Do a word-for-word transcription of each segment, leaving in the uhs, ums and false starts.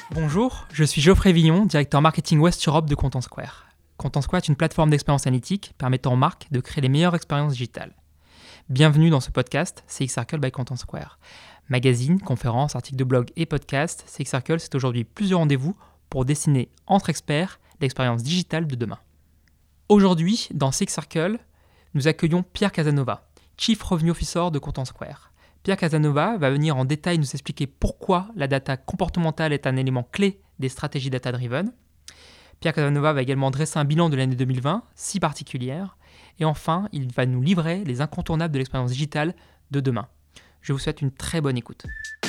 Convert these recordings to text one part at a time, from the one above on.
Bonjour, je suis Geoffrey Villon, directeur marketing West Europe de Content Square. Content Square est une plateforme d'expérience analytique permettant aux marques de créer les meilleures expériences digitales. Bienvenue dans ce podcast C X Circle by Content Square. Magazine, conférences, articles de blog et podcasts, C X Circle, c'est aujourd'hui plusieurs rendez-vous pour dessiner entre experts l'expérience digitale de demain. Aujourd'hui, dans C X Circle, nous accueillons Pierre Casanova, Chief Revenue Officer de Content Square. Pierre Casanova va venir en détail nous expliquer pourquoi la data comportementale est un élément clé des stratégies data-driven. Pierre Casanova va également dresser un bilan de l'année deux mille vingt, si particulière. Et enfin, il va nous livrer les incontournables de l'expérience digitale de demain. Je vous souhaite une très bonne écoute.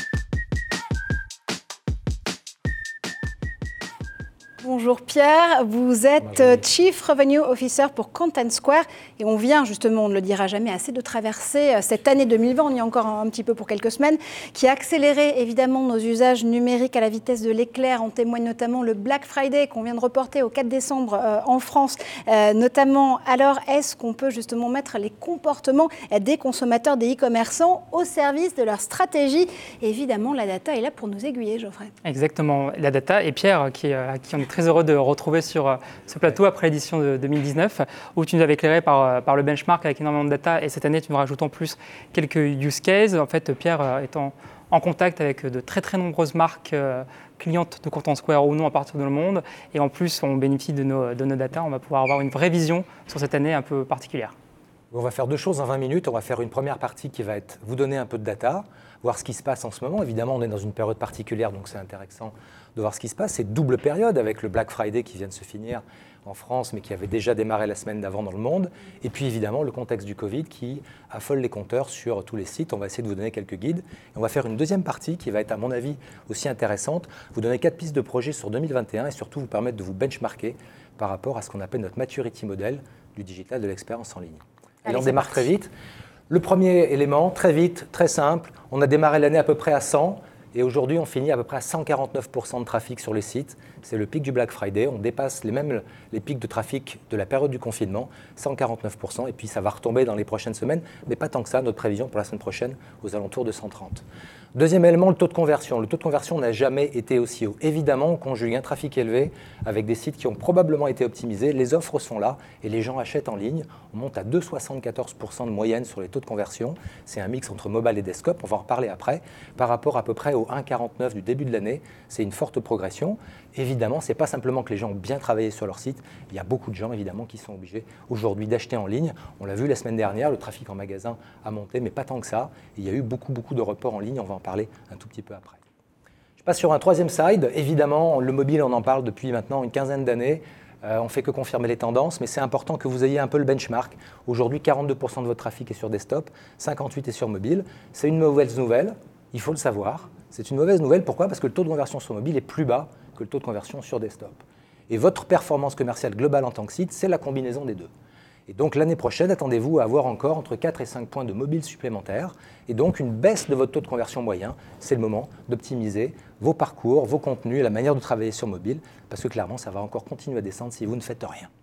Bonjour Pierre, vous êtes Bonjour. Chief Revenue Officer pour Content Square et on vient justement, on ne le dira jamais assez, de traverser cette année deux mille vingt, on y est encore un petit peu pour quelques semaines, qui a accéléré évidemment nos usages numériques à la vitesse de l'éclair. En témoigne notamment le Black Friday qu'on vient de reporter au quatre décembre euh, en France euh, notamment. Alors est-ce qu'on peut justement mettre les comportements des consommateurs, des e-commerçants au service de leur stratégie? Et évidemment, la data est là pour nous aiguiller, Geoffrey. Exactement, la data et Pierre qui, euh, qui en est très heureux de retrouver sur ce plateau après l'édition de deux mille dix-neuf où tu nous avais éclairé par, par le benchmark avec énormément de data et cette année tu nous rajoutes en plus quelques use cases. En fait, Pierre est en, en contact avec de très très nombreuses marques euh, clientes de Content Square ou non à partir de le monde et en plus on bénéficie de nos, de nos data, on va pouvoir avoir une vraie vision sur cette année un peu particulière. On va faire deux choses en vingt minutes. On va faire une première partie qui va être vous donner un peu de data, voir ce qui se passe en ce moment. Évidemment, on est dans une période particulière, donc c'est intéressant de voir ce qui se passe. C'est une double période avec le Black Friday qui vient de se finir en France, mais qui avait déjà démarré la semaine d'avant dans le monde. Et puis évidemment, le contexte du Covid qui affole les compteurs sur tous les sites. On va essayer de vous donner quelques guides. Et on va faire une deuxième partie qui va être, à mon avis, aussi intéressante. Vous donner quatre pistes de projets sur deux mille vingt et un et surtout vous permettre de vous benchmarker par rapport à ce qu'on appelle notre maturity model du digital de l'expérience en ligne. Et on démarre très vite. Le premier élément, très vite, très simple. On a démarré l'année à peu près à cent et aujourd'hui on finit à peu près à cent quarante-neuf pour cent de trafic sur les sites. C'est le pic du Black Friday. On dépasse les mêmes les pics de trafic de la période du confinement, cent quarante-neuf pour cent. Et puis ça va retomber dans les prochaines semaines, mais pas tant que ça. Notre prévision pour la semaine prochaine aux alentours de cent trente. Deuxième élément, le taux de conversion. Le taux de conversion n'a jamais été aussi haut. Évidemment, on conjugue un trafic élevé avec des sites qui ont probablement été optimisés. Les offres sont là et les gens achètent en ligne. On monte à deux virgule soixante-quatorze pour cent de moyenne sur les taux de conversion. C'est un mix entre mobile et desktop. On va en reparler après. Par rapport à peu près au un virgule quarante-neuf du début de l'année, c'est une forte progression. Évidemment, ce n'est pas simplement que les gens ont bien travaillé sur leur site. Il y a beaucoup de gens, évidemment, qui sont obligés aujourd'hui d'acheter en ligne. On l'a vu la semaine dernière, le trafic en magasin a monté, mais pas tant que ça. Et il y a eu beaucoup, beaucoup de reports en ligne. On va en parler un tout petit peu après. Je passe sur un troisième slide. Évidemment, le mobile, on en parle depuis maintenant une quinzaine d'années. Euh, on ne fait que confirmer les tendances, mais c'est important que vous ayez un peu le benchmark. Aujourd'hui, quarante-deux pour cent de votre trafic est sur desktop, cinquante-huit pour cent est sur mobile. C'est une mauvaise nouvelle, il faut le savoir. C'est une mauvaise nouvelle, pourquoi ? Parce que le taux de conversion sur mobile est plus bas que le taux de conversion sur desktop. Et votre performance commerciale globale en tant que site, c'est la combinaison des deux. Et donc l'année prochaine, attendez-vous à avoir encore entre quatre et cinq points de mobile supplémentaires et donc une baisse de votre taux de conversion moyen. C'est le moment d'optimiser vos parcours, vos contenus et la manière de travailler sur mobile parce que clairement, ça va encore continuer à descendre si vous ne faites rien.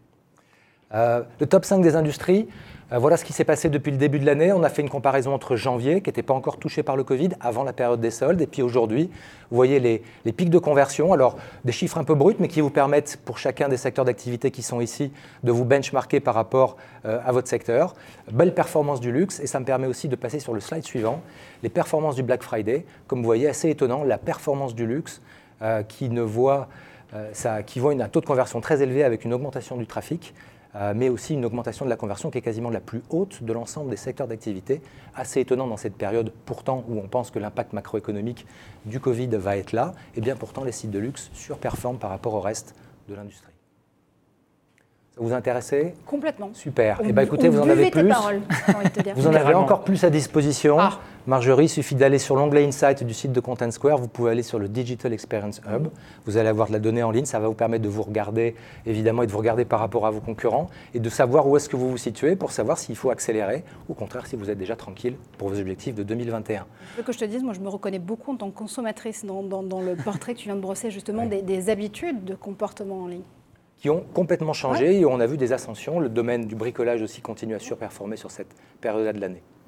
Euh, le top cinq des industries, euh, voilà ce qui s'est passé depuis le début de l'année. On a fait une comparaison entre janvier, qui n'était pas encore touché par le Covid, avant la période des soldes, et puis aujourd'hui, vous voyez les, les pics de conversion. Alors, des chiffres un peu bruts, mais qui vous permettent, pour chacun des secteurs d'activité qui sont ici, de vous benchmarker par rapport euh, à votre secteur. Belle performance du luxe, et ça me permet aussi de passer sur le slide suivant. Les performances du Black Friday, comme vous voyez, assez étonnant, la performance du luxe euh, qui, ne voit, euh, ça, qui voit une, un taux de conversion très élevé avec une augmentation du trafic. Euh, mais aussi une augmentation de la conversion qui est quasiment la plus haute de l'ensemble des secteurs d'activité. Assez étonnant dans cette période, pourtant, où on pense que l'impact macroéconomique du Covid va être là, et bien pourtant les sites de luxe surperforment par rapport au reste de l'industrie. Ça vous intéressait ? Complètement. Super. On, eh ben, écoutez, vous en avez plus. Paroles, te dire. Vous en avez encore plus à disposition. Ah. Marjorie, il suffit d'aller sur l'onglet Insight du site de Content Square. Vous pouvez aller sur le Digital Experience Hub. Mmh. Vous allez avoir de la donnée en ligne. Ça va vous permettre de vous regarder, évidemment, et de vous regarder par rapport à vos concurrents et de savoir où est-ce que vous vous situez pour savoir s'il faut accélérer ou au contraire si vous êtes déjà tranquille pour vos objectifs de deux mille vingt et un. Je veux que je te dise, moi, je me reconnais beaucoup en tant que consommatrice dans, dans, dans le portrait que tu viens de brosser, justement, ouais. des, des habitudes de comportement en ligne. Qui ont complètement changé ouais. et on a vu des ascensions. Le domaine du bricolage aussi continue à surperformer sur cette période de l'année.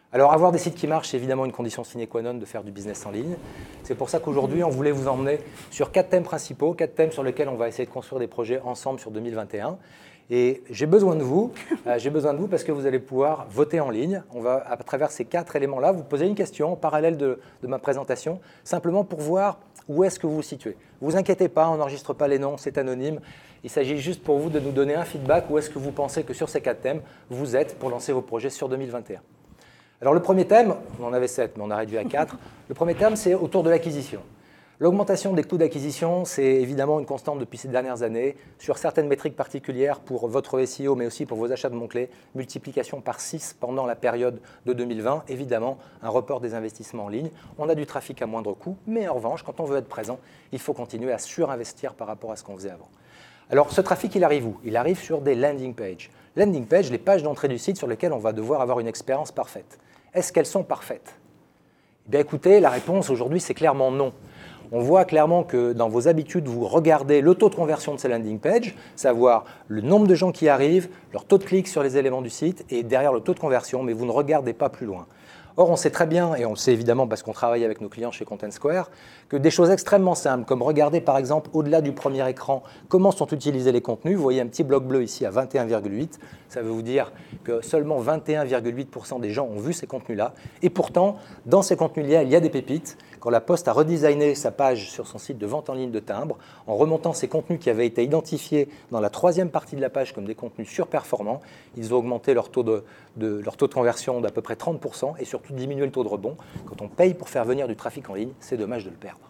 Alors, avoir des sites qui marchent, c'est évidemment une condition sine qua non de faire du business en ligne. C'est pour ça qu'aujourd'hui, on voulait vous emmener sur quatre thèmes principaux, quatre thèmes sur lesquels on va essayer de construire des projets ensemble sur deux mille vingt et un. Et j'ai besoin de vous, euh, j'ai besoin de vous parce que vous allez pouvoir voter en ligne. On va, à travers ces quatre éléments-là, vous poser une question en parallèle de, de ma présentation, simplement pour voir où est-ce que vous vous situez. Ne vous inquiétez pas, on n'enregistre pas les noms, c'est anonyme. Il s'agit juste pour vous de nous donner un feedback, où est-ce que vous pensez que sur ces quatre thèmes, vous êtes pour lancer vos projets sur deux mille vingt et un. Alors le premier thème, on en avait sept, mais on a réduit à quatre. Le premier thème, c'est autour de l'acquisition. L'augmentation des coûts d'acquisition, c'est évidemment une constante depuis ces dernières années. Sur certaines métriques particulières pour votre S E O, mais aussi pour vos achats de mots-clés, multiplication par six pendant la période de deux mille vingt. Évidemment, un report des investissements en ligne. On a du trafic à moindre coût, mais en revanche, quand on veut être présent, il faut continuer à surinvestir par rapport à ce qu'on faisait avant. Alors, ce trafic, il arrive où? Il arrive sur des landing pages. Landing pages, les pages d'entrée du site sur lesquelles on va devoir avoir une expérience parfaite. Est-ce qu'elles sont parfaites? Eh bien, écoutez, la réponse aujourd'hui, c'est clairement non. On voit clairement que dans vos habitudes, vous regardez le taux de conversion de ces landing pages, savoir le nombre de gens qui arrivent, leur taux de clic sur les éléments du site et derrière le taux de conversion, mais vous ne regardez pas plus loin. Or, on sait très bien, et on le sait évidemment parce qu'on travaille avec nos clients chez Content Square, que des choses extrêmement simples, comme regarder par exemple au-delà du premier écran comment sont utilisés les contenus. Vous voyez un petit bloc bleu ici à vingt et un virgule huit. Ça veut vous dire que seulement vingt et un virgule huit pour cent des gens ont vu ces contenus-là. Et pourtant, dans ces contenus-là, il y a des pépites. Quand La Poste a redesigné sa page sur son site de vente en ligne de timbres, en remontant ces contenus qui avaient été identifiés dans la troisième partie de la page comme des contenus surperformants, ils ont augmenté leur taux de, de, leur taux de conversion d'à peu près trente pour cent et surtout diminué le taux de rebond. Quand on paye pour faire venir du trafic en ligne, c'est dommage de le perdre.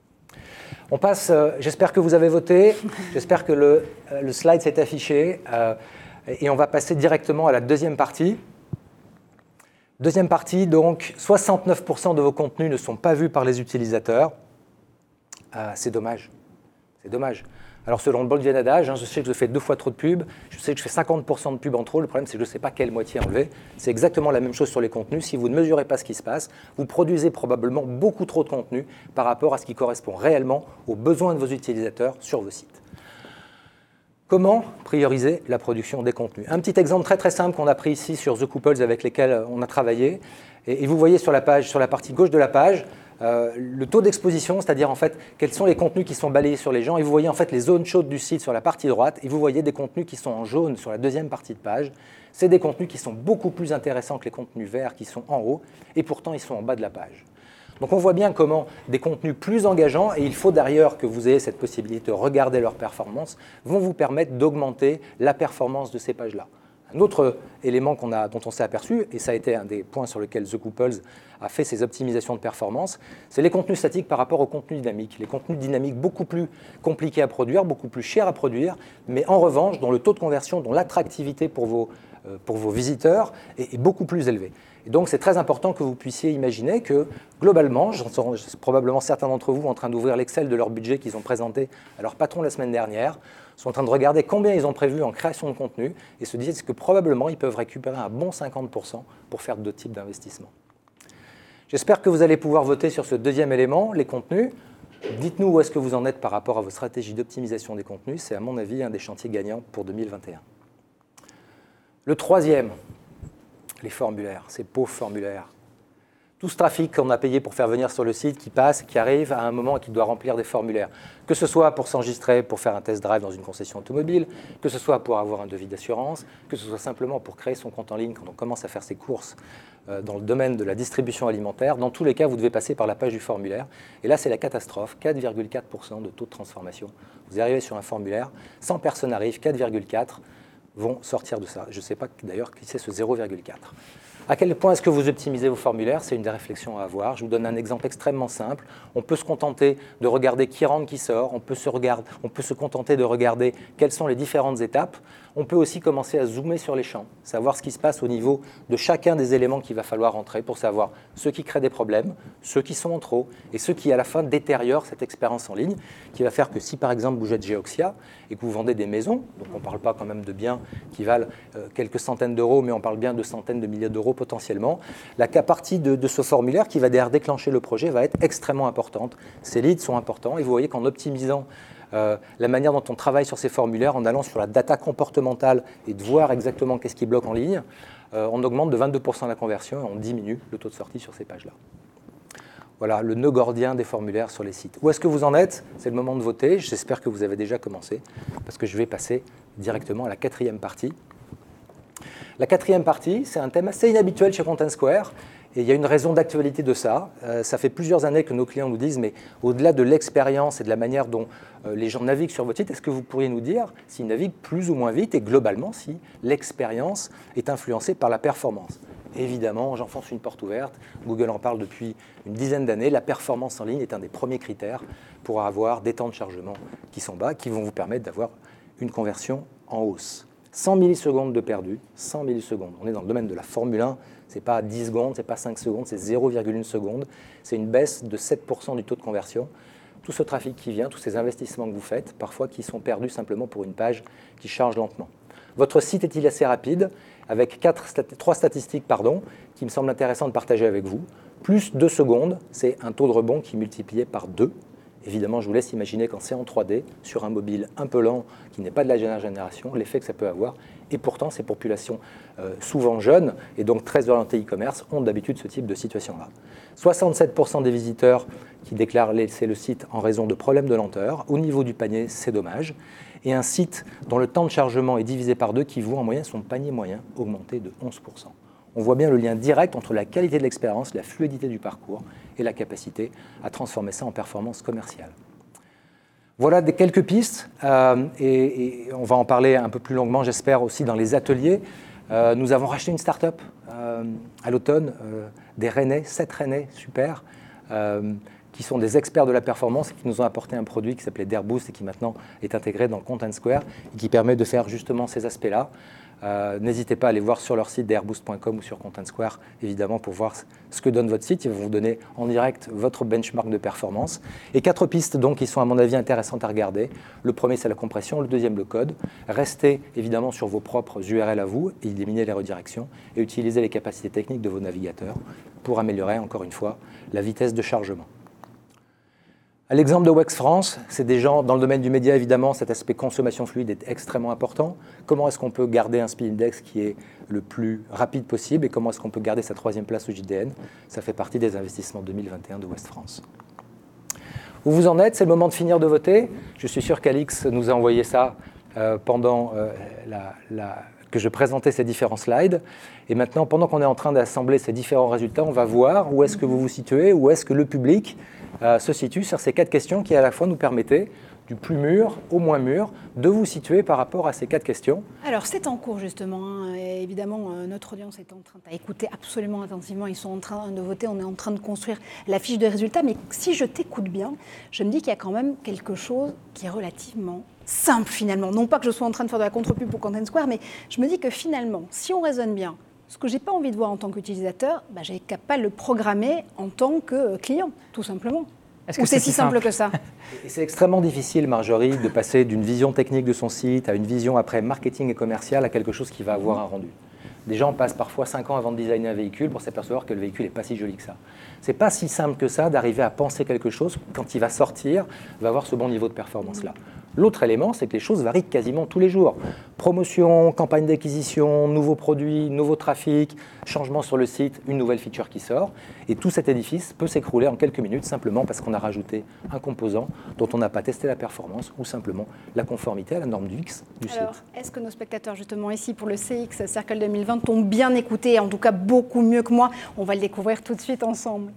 On passe, euh, j'espère que vous avez voté, j'espère que le, euh, le slide s'est affiché euh, et on va passer directement à la deuxième partie. Deuxième partie, donc, soixante-neuf pour cent de vos contenus ne sont pas vus par les utilisateurs. Euh, c'est dommage. C'est dommage. Alors, selon le bon vieux adage, hein, je sais que je fais deux fois trop de pubs, je sais que je fais cinquante pour cent de pubs en trop. Le problème, c'est que je ne sais pas quelle moitié enlever. C'est exactement la même chose sur les contenus. Si vous ne mesurez pas ce qui se passe, vous produisez probablement beaucoup trop de contenu par rapport à ce qui correspond réellement aux besoins de vos utilisateurs sur vos sites. Comment prioriser la production des contenus? Un petit exemple très très simple qu'on a pris ici sur The Couples avec lesquels on a travaillé. Et, et vous voyez sur la page, sur la partie gauche de la page, euh, le taux d'exposition, c'est-à-dire en fait quels sont les contenus qui sont balayés sur les gens. Et vous voyez en fait les zones chaudes du site sur la partie droite. Et vous voyez des contenus qui sont en jaune sur la deuxième partie de page. C'est des contenus qui sont beaucoup plus intéressants que les contenus verts qui sont en haut. Et pourtant, ils sont en bas de la page. Donc on voit bien comment des contenus plus engageants, et il faut d'ailleurs que vous ayez cette possibilité de regarder leur performance, vont vous permettre d'augmenter la performance de ces pages-là. Un autre élément qu'on a, dont on s'est aperçu, et ça a été un des points sur lesquels The Couples a fait ses optimisations de performance, c'est les contenus statiques par rapport aux contenus dynamiques. Les contenus dynamiques beaucoup plus compliqués à produire, beaucoup plus chers à produire, mais en revanche, dont le taux de conversion, dont l'attractivité pour vos, euh, pour vos visiteurs est, est beaucoup plus élevé. Et donc, c'est très important que vous puissiez imaginer que, globalement, j'en suis probablement certains d'entre vous en train d'ouvrir l'Excel de leur budget qu'ils ont présenté à leur patron la semaine dernière, sont en train de regarder combien ils ont prévu en création de contenu et se disent que probablement, ils peuvent récupérer un bon cinquante pour cent pour faire d'autres types d'investissements. J'espère que vous allez pouvoir voter sur ce deuxième élément, les contenus. Dites-nous où est-ce que vous en êtes par rapport à vos stratégies d'optimisation des contenus. C'est, à mon avis, un des chantiers gagnants pour deux mille vingt et un. Le troisième, les formulaires, ces pauvres formulaires. Tout ce trafic qu'on a payé pour faire venir sur le site qui passe, qui arrive à un moment et qui doit remplir des formulaires, que ce soit pour s'enregistrer, pour faire un test drive dans une concession automobile, que ce soit pour avoir un devis d'assurance, que ce soit simplement pour créer son compte en ligne quand on commence à faire ses courses euh, dans le domaine de la distribution alimentaire. Dans tous les cas, vous devez passer par la page du formulaire. Et là, c'est la catastrophe, quatre virgule quatre pour cent de taux de transformation. Vous arrivez sur un formulaire, cent personnes arrivent, quatre virgule quatre vont sortir de ça. Je ne sais pas d'ailleurs qui c'est ce zéro virgule quatre. À quel point est-ce que vous optimisez vos formulaires? C'est une des réflexions à avoir. Je vous donne un exemple extrêmement simple. On peut se contenter de regarder qui rentre, qui sort. On peut se, regarder, on peut se contenter de regarder quelles sont les différentes étapes. On peut aussi commencer à zoomer sur les champs, savoir ce qui se passe au niveau de chacun des éléments qu'il va falloir entrer pour savoir ceux qui créent des problèmes, ceux qui sont en trop et ceux qui, à la fin, détériorent cette expérience en ligne, qui va faire que si, par exemple, vous êtes Geoxia et que vous vendez des maisons, donc on ne parle pas quand même de biens qui valent euh, quelques centaines d'euros, mais on parle bien de centaines de milliers d'euros potentiellement, la partie de, de ce formulaire qui va derrière déclencher le projet va être extrêmement importante. Ces leads sont importants et vous voyez qu'en optimisant euh, la manière dont on travaille sur ces formulaires, en allant sur la data comportementale et de voir exactement qu'est-ce qui bloque en ligne, euh, on augmente de vingt-deux pour cent la conversion et on diminue le taux de sortie sur ces pages-là. Voilà, le nœud gordien des formulaires sur les sites. Où est-ce que vous en êtes? C'est le moment de voter. J'espère que vous avez déjà commencé, parce que je vais passer directement à la quatrième partie. La quatrième partie, c'est un thème assez inhabituel chez Content Square, et il y a une raison d'actualité de ça. Euh, ça fait plusieurs années que nos clients nous disent, mais au-delà de l'expérience et de la manière dont euh, les gens naviguent sur votre site, est-ce que vous pourriez nous dire s'ils naviguent plus ou moins vite, et globalement, si l'expérience est influencée par la performance? Évidemment, j'enfonce une porte ouverte. Google en parle depuis une dizaine d'années. La performance en ligne est un des premiers critères pour avoir des temps de chargement qui sont bas, qui vont vous permettre d'avoir une conversion en hausse. cent millisecondes de perdu, cent millisecondes. On est dans le domaine de la Formule un, ce n'est pas dix secondes, ce n'est pas cinq secondes, c'est zéro virgule une seconde. C'est une baisse de sept pour cent du taux de conversion. Tout ce trafic qui vient, tous ces investissements que vous faites, parfois qui sont perdus simplement pour une page qui charge lentement. Votre site est-il assez rapide? Avec quatre, trois statistiques pardon, qui me semblent intéressantes de partager avec vous. Plus deux secondes, c'est un taux de rebond qui est multiplié par deux. Évidemment, je vous laisse imaginer quand c'est en trois D, sur un mobile un peu lent, qui n'est pas de la dernière génération, l'effet que ça peut avoir. Et pourtant, ces populations euh, souvent jeunes, et donc très orientées e-commerce, ont d'habitude ce type de situation-là. soixante-sept pour cent des visiteurs qui déclarent laisser le site en raison de problèmes de lenteur. Au niveau du panier, c'est dommage. Et un site dont le temps de chargement est divisé par deux, qui voit en moyenne son panier moyen augmenter de onze pour cent. On voit bien le lien direct entre la qualité de l'expérience, la fluidité du parcours et la capacité à transformer ça en performance commerciale. Voilà des quelques pistes, euh, et, et on va en parler un peu plus longuement, j'espère, aussi dans les ateliers. Euh, nous avons racheté une start-up euh, à l'automne, euh, des Rennais, sept Rennais, super, euh, qui sont des experts de la performance et qui nous ont apporté un produit qui s'appelait DareBoost et qui maintenant est intégré dans Content Square et qui permet de faire justement ces aspects-là. Euh, n'hésitez pas à aller voir sur leur site dareboost point com ou sur Content Square, évidemment, pour voir ce que donne votre site. Ils vont vous donner en direct votre benchmark de performance. Et quatre pistes, donc, qui sont, à mon avis, intéressantes à regarder. Le premier, c'est la compression. Le deuxième, le code. Restez, évidemment, sur vos propres U R L à vous, et éliminez les redirections, et utilisez les capacités techniques de vos navigateurs pour améliorer, encore une fois, la vitesse de chargement. À l'exemple de Wex France, c'est des gens, dans le domaine du média, évidemment, cet aspect consommation fluide est extrêmement important. Comment est-ce qu'on peut garder un speed index qui est le plus rapide possible et comment est-ce qu'on peut garder sa troisième place au J D N? Ça fait partie des investissements deux mille vingt et un de Wex France. Où vous en êtes? C'est le moment de finir de voter. Je suis sûr qu'Alix nous a envoyé ça euh, pendant euh, la, la, que je présentais ces différents slides. Et maintenant, pendant qu'on est en train d'assembler ces différents résultats, on va voir où est-ce que vous vous situez, où est-ce que le public Euh, se situe sur ces quatre questions qui à la fois nous permettaient, du plus mûr au moins mûr, de vous situer par rapport à ces quatre questions. Alors c'est en cours justement, hein. Et évidemment euh, notre audience est en train d'écouter absolument attentivement, ils sont en train de voter, on est en train de construire la fiche de résultats, mais si je t'écoute bien, je me dis qu'il y a quand même quelque chose qui est relativement simple finalement. Non pas que je sois en train de faire de la contre-pub pour Content Square, mais je me dis que finalement, si on raisonne bien, ce que je n'ai pas envie de voir en tant qu'utilisateur, bah, j'ai qu'à pas le programmer en tant que client, tout simplement. Est-ce que c'est si simple, simple que ça? Et c'est extrêmement difficile, Marjorie, de passer d'une vision technique de son site à une vision après marketing et commercial à quelque chose qui va avoir un rendu. Des gens passent parfois cinq ans avant de designer un véhicule pour s'apercevoir que le véhicule n'est pas si joli que ça. Ce n'est pas si simple que ça d'arriver à penser quelque chose quand il va sortir, va avoir ce bon niveau de performance-là. L'autre élément, c'est que les choses varient quasiment tous les jours. Promotion, campagne d'acquisition, nouveaux produits, nouveau trafic, changement sur le site, une nouvelle feature qui sort. Et tout cet édifice peut s'écrouler en quelques minutes simplement parce qu'on a rajouté un composant dont on n'a pas testé la performance ou simplement la conformité à la norme du X du Alors, site. Est-ce que nos spectateurs, justement ici pour le C X Circle deux mille vingt, t'ont bien écouté, en tout cas beaucoup mieux que moi? On va le découvrir tout de suite ensemble.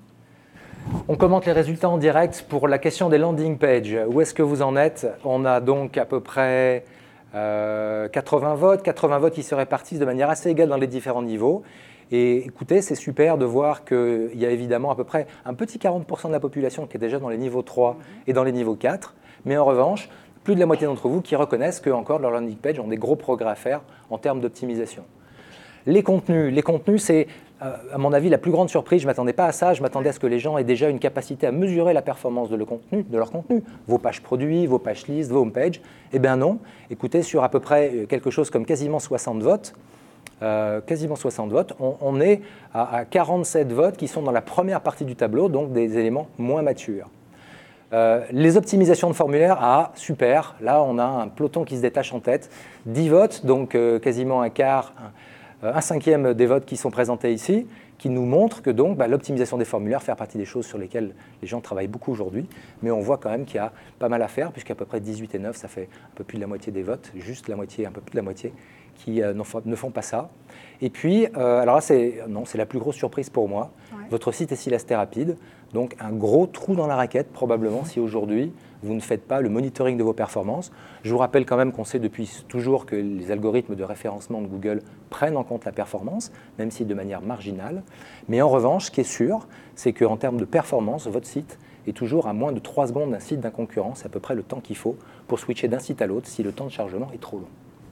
On commente les résultats en direct pour la question des landing pages. Où est-ce que vous en êtes? On a donc à peu près euh, quatre-vingts votes, quatre-vingts votes qui se répartissent de manière assez égale dans les différents niveaux. Et écoutez, c'est super de voir qu'il y a évidemment à peu près un petit quarante pour cent de la population qui est déjà dans les niveaux trois et dans les niveaux quatre. Mais en revanche, plus de la moitié d'entre vous qui reconnaissent que encore leurs landing pages ont des gros progrès à faire en termes d'optimisation. Les contenus, les contenus, c'est à mon avis la plus grande surprise. Je ne m'attendais pas à ça, je m'attendais à ce que les gens aient déjà une capacité à mesurer la performance de, le contenu, de leur contenu, vos pages produits, vos pages listes, vos homepages. Eh bien non, écoutez, sur à peu près quelque chose comme quasiment soixante votes, euh, quasiment soixante votes, on, on est à, à quarante-sept votes qui sont dans la première partie du tableau, donc des éléments moins matures. Euh, les optimisations de formulaire, ah super, là on a un peloton qui se détache en tête, dix votes, donc euh, quasiment un quart, euh, un cinquième des votes qui sont présentés ici, qui nous montre que donc bah, l'optimisation des formulaires fait partie des choses sur lesquelles les gens travaillent beaucoup aujourd'hui, mais on voit quand même qu'il y a pas mal à faire, puisqu'à peu près dix-huit et neuf, ça fait un peu plus de la moitié des votes, juste la moitié, un peu plus de la moitié, qui euh, ne font pas ça. Et puis, euh, alors là, c'est, non, c'est la plus grosse surprise pour moi. Ouais. Votre site est si assez rapide, donc un gros trou dans la raquette, probablement, si aujourd'hui, vous ne faites pas le monitoring de vos performances. Je vous rappelle quand même qu'on sait depuis toujours que les algorithmes de référencement de Google prennent en compte la performance, même si de manière marginale. Mais en revanche, ce qui est sûr, c'est qu'en termes de performance, votre site est toujours à moins de trois secondes d'un site d'un concurrent. C'est à peu près le temps qu'il faut pour switcher d'un site à l'autre si le temps de chargement est trop long.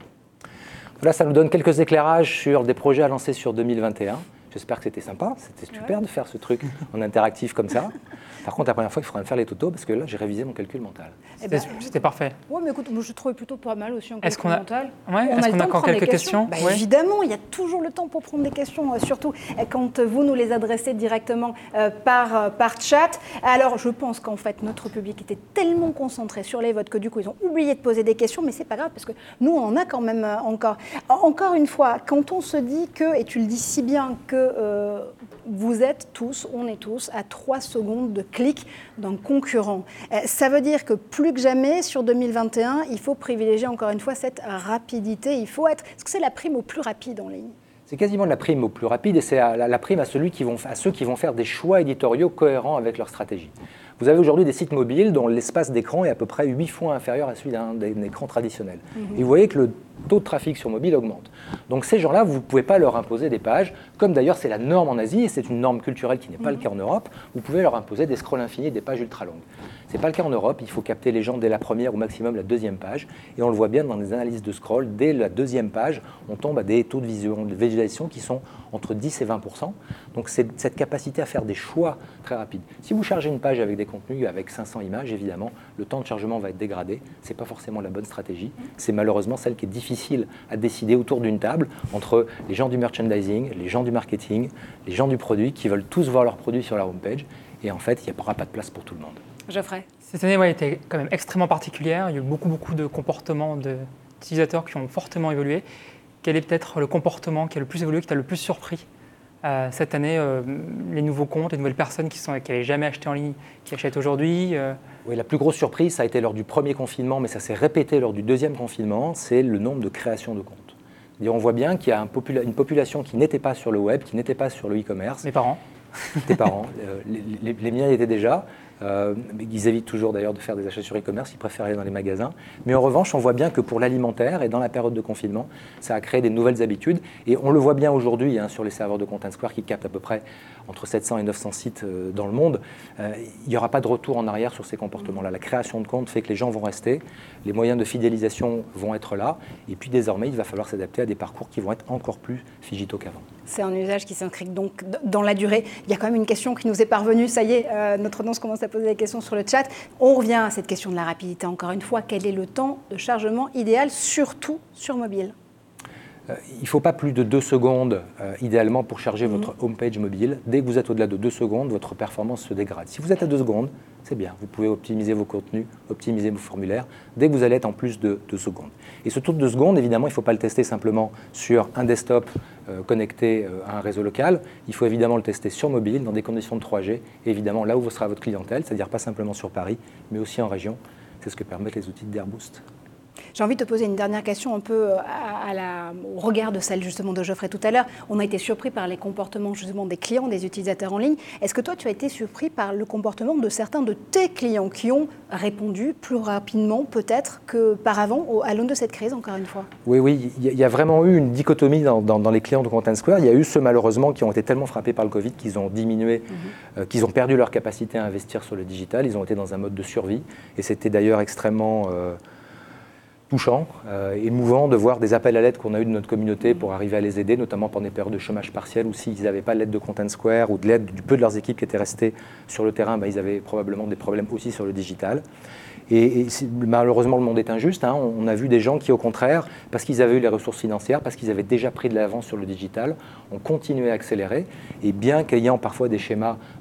Voilà, ça nous donne quelques éclairages sur des projets à lancer sur deux mille vingt et un. J'espère que c'était sympa, c'était super ouais. de faire ce truc en interactif comme ça. Par contre, la première fois, il faudra me faire les totaux parce que là, j'ai révisé mon calcul mental. Eh ben, c'était parfait. Oui, mais écoute, moi, je trouvais plutôt pas mal aussi en est-ce calcul qu'on a... mental. Ouais, on est-ce a qu'on a encore quelques questions, questions bah, ouais. Évidemment, il y a toujours le temps pour prendre des questions, euh, surtout quand vous nous les adressez directement euh, par, euh, par chat. Alors, je pense qu'en fait, notre public était tellement concentré sur les votes que du coup, ils ont oublié de poser des questions, mais c'est pas grave parce que nous, on en a quand même euh, encore. Encore une fois, quand on se dit que, et tu le dis si bien, que euh, vous êtes tous, on est tous, à trois secondes de clic d'un concurrent. Ça veut dire que plus que jamais, sur deux mille vingt et un, il faut privilégier encore une fois cette rapidité. Il faut être... Est-ce que c'est la prime au plus rapide en ligne ? C'est quasiment la prime au plus rapide et c'est la, la prime à, celui qui vont, à ceux qui vont faire des choix éditoriaux cohérents avec leur stratégie. Vous avez aujourd'hui des sites mobiles dont l'espace d'écran est à peu près huit fois inférieur à celui d'un, d'un écran traditionnel. Mmh. Et vous voyez que le taux de trafic sur mobile augmente. Donc ces gens-là, vous ne pouvez pas leur imposer des pages, comme d'ailleurs c'est la norme en Asie, et c'est une norme culturelle qui n'est pas mmh. le cas en Europe, vous pouvez leur imposer des scrolls infinis et des pages ultra longues. Ce n'est pas le cas en Europe, il faut capter les gens dès la première ou maximum la deuxième page, et on le voit bien dans les analyses de scroll, dès la deuxième page, on tombe à des taux de visualisation qui sont entre dix et vingt pour cent. Donc c'est cette capacité à faire des choix très rapides. Si vous chargez une page avec des contenus, avec cinq cents images, évidemment, le temps de chargement va être dégradé. Ce n'est pas forcément la bonne stratégie. C'est malheureusement celle qui est difficile à décider autour d'une table entre les gens du merchandising, les gens du marketing, les gens du produit qui veulent tous voir leurs produits sur la homepage. Et en fait, il n'y aura pas de place pour tout le monde. Geoffrey. Cette année ouais, était quand même extrêmement particulière. Il y a eu beaucoup, beaucoup de comportements d'utilisateurs qui ont fortement évolué. Quel est peut-être le comportement qui a le plus évolué, qui t'a le plus surpris euh, cette année euh, les nouveaux comptes, les nouvelles personnes qui n'avaient jamais acheté en ligne, qui achètent aujourd'hui euh... Oui, la plus grosse surprise, ça a été lors du premier confinement, mais ça s'est répété lors du deuxième confinement, c'est le nombre de créations de comptes. C'est-à-dire, on voit bien qu'il y a un popula- une population qui n'était pas sur le web, qui n'était pas sur le e-commerce. Mes parents. Tes parents. Euh, les, les, les miens y étaient déjà. Euh, ils évitent toujours d'ailleurs de faire des achats sur e-commerce, ils préfèrent aller dans les magasins. Mais en revanche, on voit bien que pour l'alimentaire et dans la période de confinement, ça a créé des nouvelles habitudes. Et on le voit bien aujourd'hui hein, sur les serveurs de Content Square qui captent à peu près entre sept cents et neuf cents sites euh, dans le monde. Euh, il n'y aura pas de retour en arrière sur ces comportements-là. La création de comptes fait que les gens vont rester, les moyens de fidélisation vont être là. Et puis désormais, il va falloir s'adapter à des parcours qui vont être encore plus digitaux qu'avant. C'est un usage qui s'inscrit donc dans la durée. Il y a quand même une question qui nous est parvenue. Ça y est, euh, notre audience commence à poser des questions sur le chat. On revient à cette question de la rapidité. Encore une fois, quel est le temps de chargement idéal, surtout sur mobile ? euh, Il ne faut pas plus de deux secondes, euh, idéalement, pour charger mmh. votre homepage mobile. Dès que vous êtes au-delà de deux secondes, votre performance se dégrade. Si vous êtes à deux secondes, c'est bien. Vous pouvez optimiser vos contenus, optimiser vos formulaires. Dès que vous allez être en plus de deux secondes. Et ce taux de deux secondes, évidemment, il ne faut pas le tester simplement sur un desktop euh, connecté euh, à un réseau local. Il faut évidemment le tester sur mobile, dans des conditions de trois G. Et évidemment, là où sera votre clientèle, c'est-à-dire pas simplement sur Paris, mais aussi en région. C'est ce que permettent les outils d'Airboost. J'ai envie de te poser une dernière question un peu à, à la, au regard de celle justement de Geoffrey tout à l'heure. On a été surpris par les comportements justement des clients, des utilisateurs en ligne. Est-ce que toi, tu as été surpris par le comportement de certains de tes clients qui ont répondu plus rapidement peut-être que par avant à l'aune de cette crise, encore une fois ? Oui, oui, il y a vraiment eu une dichotomie dans, dans, dans les clients de Content Square. Il y a eu ceux malheureusement qui ont été tellement frappés par le Covid qu'ils ont diminué, mmh. euh, qu'ils ont perdu leur capacité à investir sur le digital. Ils ont été dans un mode de survie et c'était d'ailleurs extrêmement... Euh, touchant, euh, émouvant de voir des appels à l'aide qu'on a eu de notre communauté pour arriver à les aider, notamment pendant des périodes de chômage partiel ou s'ils n'avaient pas l'aide de Content Square ou de l'aide du peu de leurs équipes qui étaient restées sur le terrain, bah, ils avaient probablement des problèmes aussi sur le digital. Et, et malheureusement, le monde est injuste. Hein. On a vu des gens qui, au contraire, parce qu'ils avaient eu les ressources financières, parce qu'ils avaient déjà pris de l'avance sur le digital, ont continué à accélérer. Et bien qu'ayant parfois des schémas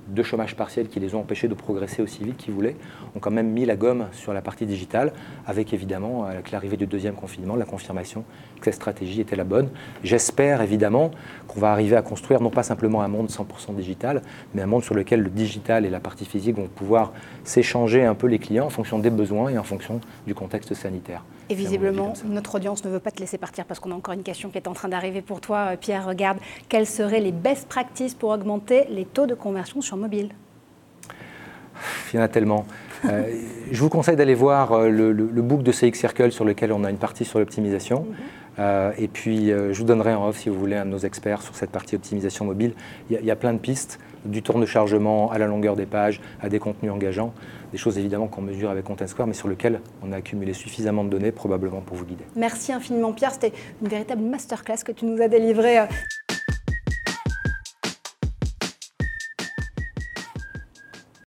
de chômage partiel qui les ont empêchés de progresser aussi vite qu'ils voulaient, ont quand même mis la gomme sur la partie digitale, avec évidemment, avec l'arrivée du deuxième confinement, la confirmation que cette stratégie était la bonne. J'espère évidemment qu'on va arriver à construire non pas simplement un monde cent pour cent digital, mais un monde sur lequel le digital et la partie physique vont pouvoir s'échanger un peu les clients en fonction des besoins et en fonction du contexte sanitaire. Et visiblement, notre audience ne veut pas te laisser partir parce qu'on a encore une question qui est en train d'arriver pour toi. Pierre, regarde, quelles seraient les best practices pour augmenter les taux de conversion sur mobile? Il y en a tellement. Euh, je vous conseille d'aller voir euh, le, le, le book de C X Circle sur lequel on a une partie sur l'optimisation. Mm-hmm. euh, et puis, euh, je vous donnerai en off, si vous voulez, un de nos experts sur cette partie optimisation mobile. Il y a, il y a plein de pistes, du temps de chargement à la longueur des pages, à des contenus engageants. Des choses évidemment qu'on mesure avec Content Square, mais sur lesquelles on a accumulé suffisamment de données probablement pour vous guider. Merci infiniment Pierre, c'était une véritable masterclass que tu nous as délivrée.